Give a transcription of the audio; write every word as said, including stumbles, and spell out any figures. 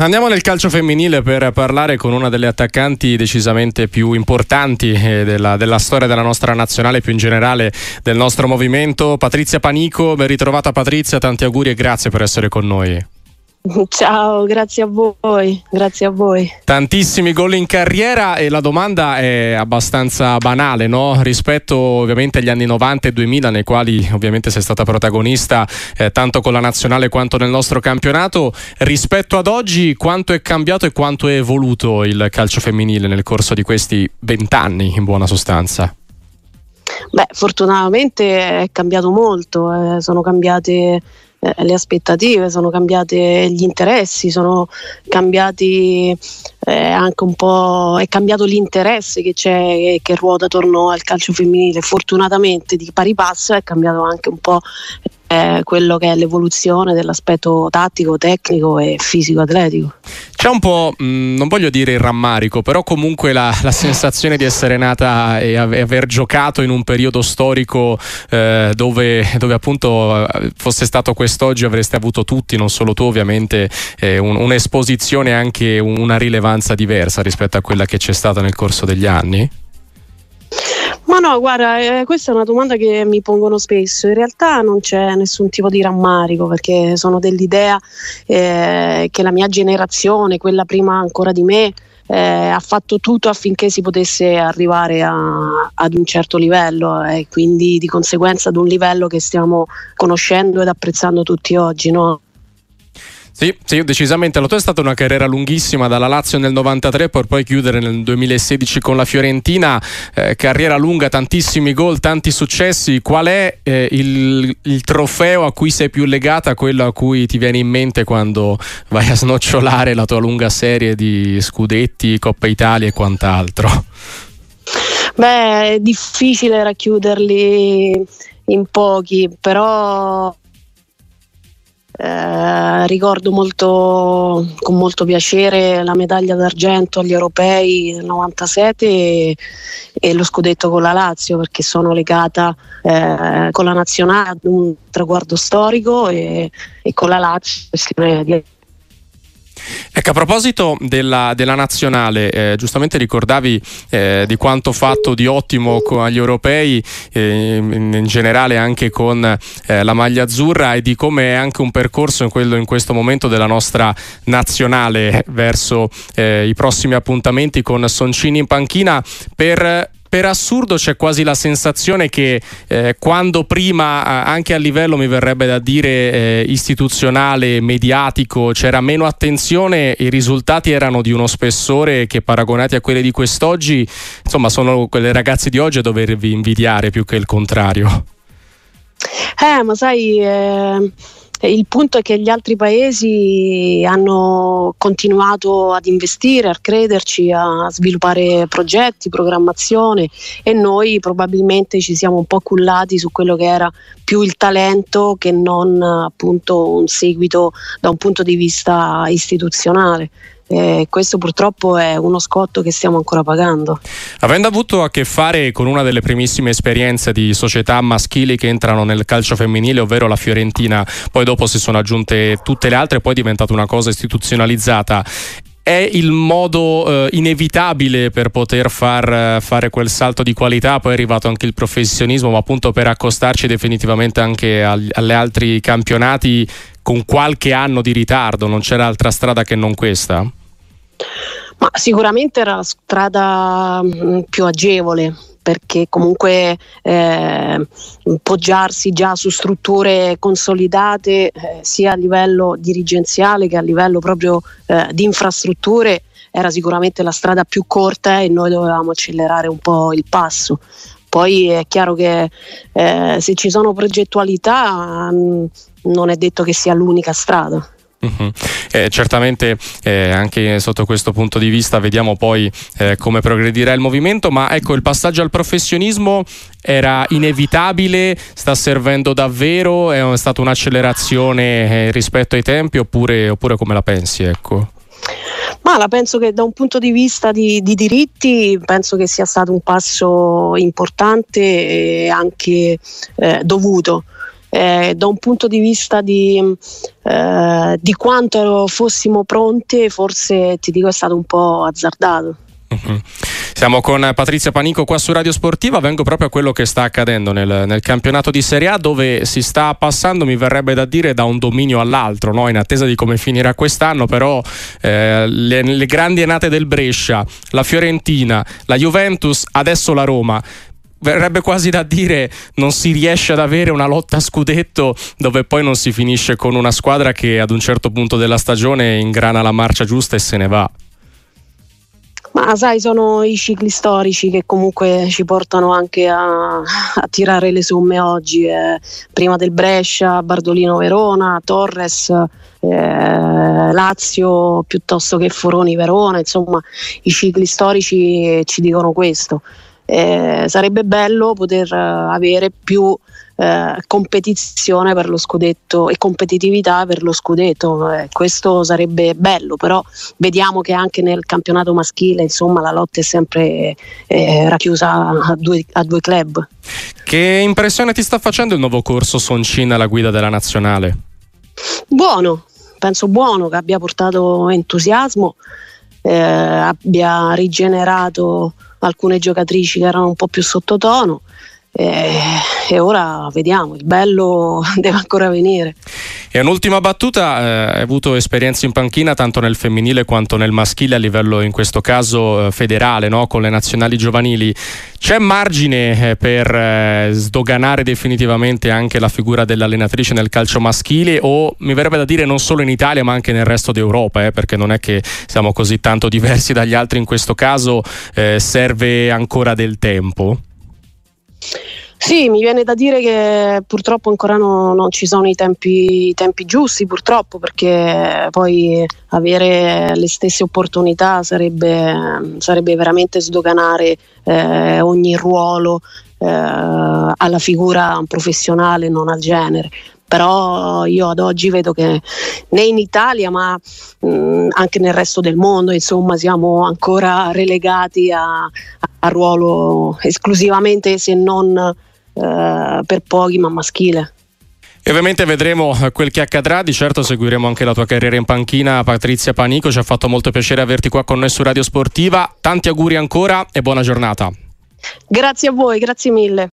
Andiamo nel calcio femminile per parlare con una delle attaccanti decisamente più importanti eh, della, della storia della nostra nazionale, più in generale del nostro movimento. Patrizia Panico, ben ritrovata Patrizia, tanti auguri e grazie per essere con noi. Ciao, grazie a voi, grazie a voi. Tantissimi gol in carriera e la domanda è abbastanza banale, no? Rispetto ovviamente agli anni novanta e duemila, nei quali ovviamente sei stata protagonista eh, tanto con la nazionale quanto nel nostro campionato, rispetto ad oggi quanto è cambiato e quanto è evoluto il calcio femminile nel corso di questi vent'anni in buona sostanza? Beh, fortunatamente è cambiato molto, eh, sono cambiate le aspettative, sono cambiate gli interessi, sono cambiati eh, anche un po', è cambiato l'interesse che c'è, che ruota attorno al calcio femminile. Fortunatamente di pari passo è cambiato anche un po' eh, quello che è l'evoluzione dell'aspetto tattico, tecnico e fisico-atletico. C'è un po', mh, non voglio dire il rammarico, però comunque la, la sensazione di essere nata e aver giocato in un periodo storico eh, dove, dove appunto fosse stato quest'oggi avreste avuto tutti, non solo tu ovviamente, eh, un, un'esposizione e anche una rilevanza diversa rispetto a quella che c'è stata nel corso degli anni? Ma no, guarda, eh, questa è una domanda che mi pongono spesso. In realtà non c'è nessun tipo di rammarico, perché sono dell'idea eh, che la mia generazione, quella prima ancora di me, eh, ha fatto tutto affinché si potesse arrivare a, ad un certo livello e quindi di conseguenza ad un livello che stiamo conoscendo ed apprezzando tutti oggi, no? Sì, sì, decisamente. La tua è stata una carriera lunghissima, dalla Lazio nel novantatré per poi chiudere nel duemilasedici con la Fiorentina, eh, carriera lunga, tantissimi gol, tanti successi. Qual è eh, il, il trofeo a cui sei più legata, quello a cui ti viene in mente quando vai a snocciolare la tua lunga serie di scudetti, Coppa Italia e quant'altro? Beh, è difficile racchiuderli in pochi, però Eh, ricordo molto, con molto piacere la medaglia d'argento agli europei nel novantasette e, e lo scudetto con la Lazio, perché sono legata eh, con la nazionale ad un traguardo storico e, e con la Lazio di... Ecco, a proposito della, della nazionale, eh, giustamente ricordavi eh, di quanto fatto di ottimo con agli europei, eh, in, in generale anche con eh, la maglia azzurra, e di come è anche un percorso in, quello, in questo momento della nostra nazionale verso eh, i prossimi appuntamenti con Soncini in panchina. Per Per assurdo c'è quasi la sensazione che eh, quando prima, anche a livello mi verrebbe da dire eh, istituzionale, mediatico, c'era meno attenzione, i risultati erano di uno spessore che, paragonati a quelli di quest'oggi, insomma, sono quelle ragazze di oggi a dovervi invidiare più che il contrario. Eh, ma sai... Eh... Il punto è che gli altri paesi hanno continuato ad investire, a crederci, a sviluppare progetti, programmazione, e noi probabilmente ci siamo un po' cullati su quello che era più il talento che non appunto un seguito da un punto di vista istituzionale. Eh, questo purtroppo è uno scotto che stiamo ancora pagando. Avendo avuto a che fare con una delle primissime esperienze di società maschili che entrano nel calcio femminile, ovvero la Fiorentina, poi dopo si sono aggiunte tutte le altre, poi è diventata una cosa istituzionalizzata, è il modo eh, inevitabile per poter far fare quel salto di qualità? Poi è arrivato anche il professionismo, ma appunto per accostarci definitivamente anche agli, alle altri campionati con qualche anno di ritardo, non c'era altra strada che non questa? Ma sicuramente era la strada mh, più agevole, perché comunque eh, poggiarsi già su strutture consolidate eh, sia a livello dirigenziale che a livello proprio eh, di infrastrutture era sicuramente la strada più corta e noi dovevamo accelerare un po' il passo. Poi è chiaro che eh, se ci sono progettualità mh, non è detto che sia l'unica strada. Uh-huh. Eh, certamente eh, anche sotto questo punto di vista vediamo poi eh, come progredirà il movimento, ma ecco, il passaggio al professionismo era inevitabile, sta servendo davvero, è stata un'accelerazione eh, rispetto ai tempi, oppure, oppure come la pensi? Ecco. Ma la penso che da un punto di vista di, di diritti penso che sia stato un passo importante e anche eh, dovuto. eh, da un punto di vista di, eh, di quanto fossimo pronti, forse ti dico è stato un po' azzardato. Uh-huh. Siamo con Patrizia Panico qua su Radio Sportiva. Vengo proprio a quello che sta accadendo nel, nel campionato di Serie A, dove si sta passando, mi verrebbe da dire, da un dominio all'altro, no? In attesa di come finirà quest'anno, però eh, le, le grandi annate del Brescia, la Fiorentina, la Juventus, adesso la Roma. Verrebbe quasi da dire non si riesce ad avere una lotta a scudetto dove poi non si finisce con una squadra che ad un certo punto della stagione ingrana la marcia giusta e se ne va. Ma sai, sono i cicli storici che comunque ci portano anche a, a tirare le somme oggi. Eh, prima del Brescia, Bardolino Verona, Torres, eh, Lazio piuttosto che Foroni Verona, insomma i cicli storici ci dicono questo. Eh, sarebbe bello poter avere più eh, competizione per lo scudetto e competitività per lo scudetto, eh, questo sarebbe bello, però vediamo che anche nel campionato maschile insomma la lotta è sempre eh, racchiusa a due, a due club. Che impressione ti sta facendo il nuovo corso Soncin alla guida della nazionale? Buono, penso buono, che abbia portato entusiasmo, eh, abbia rigenerato alcune giocatrici che erano un po' più sottotono, eh, e ora vediamo, il bello deve ancora venire. E un'ultima battuta, eh, hai avuto esperienze in panchina tanto nel femminile quanto nel maschile a livello in questo caso eh, federale, no? Con le nazionali giovanili. C'è margine eh, per eh, sdoganare definitivamente anche la figura dell'allenatrice nel calcio maschile, o mi verrebbe da dire non solo in Italia ma anche nel resto d'Europa, eh, perché non è che siamo così tanto diversi dagli altri in questo caso, eh, serve ancora del tempo? Sì, mi viene da dire che purtroppo ancora no, non ci sono i tempi, i tempi giusti, purtroppo, perché poi avere le stesse opportunità sarebbe, sarebbe veramente sdoganare eh, ogni ruolo eh, alla figura professionale, non al genere. Però io ad oggi vedo che né in Italia ma mh, anche nel resto del mondo insomma siamo ancora relegati a, a ruolo esclusivamente, se non eh, per pochi, ma maschile. E ovviamente vedremo quel che accadrà, di certo seguiremo anche la tua carriera in panchina, Patrizia Panico. Ci ha fatto molto piacere averti qua con noi su Radio Sportiva, tanti auguri ancora e buona giornata. Grazie a voi, grazie mille.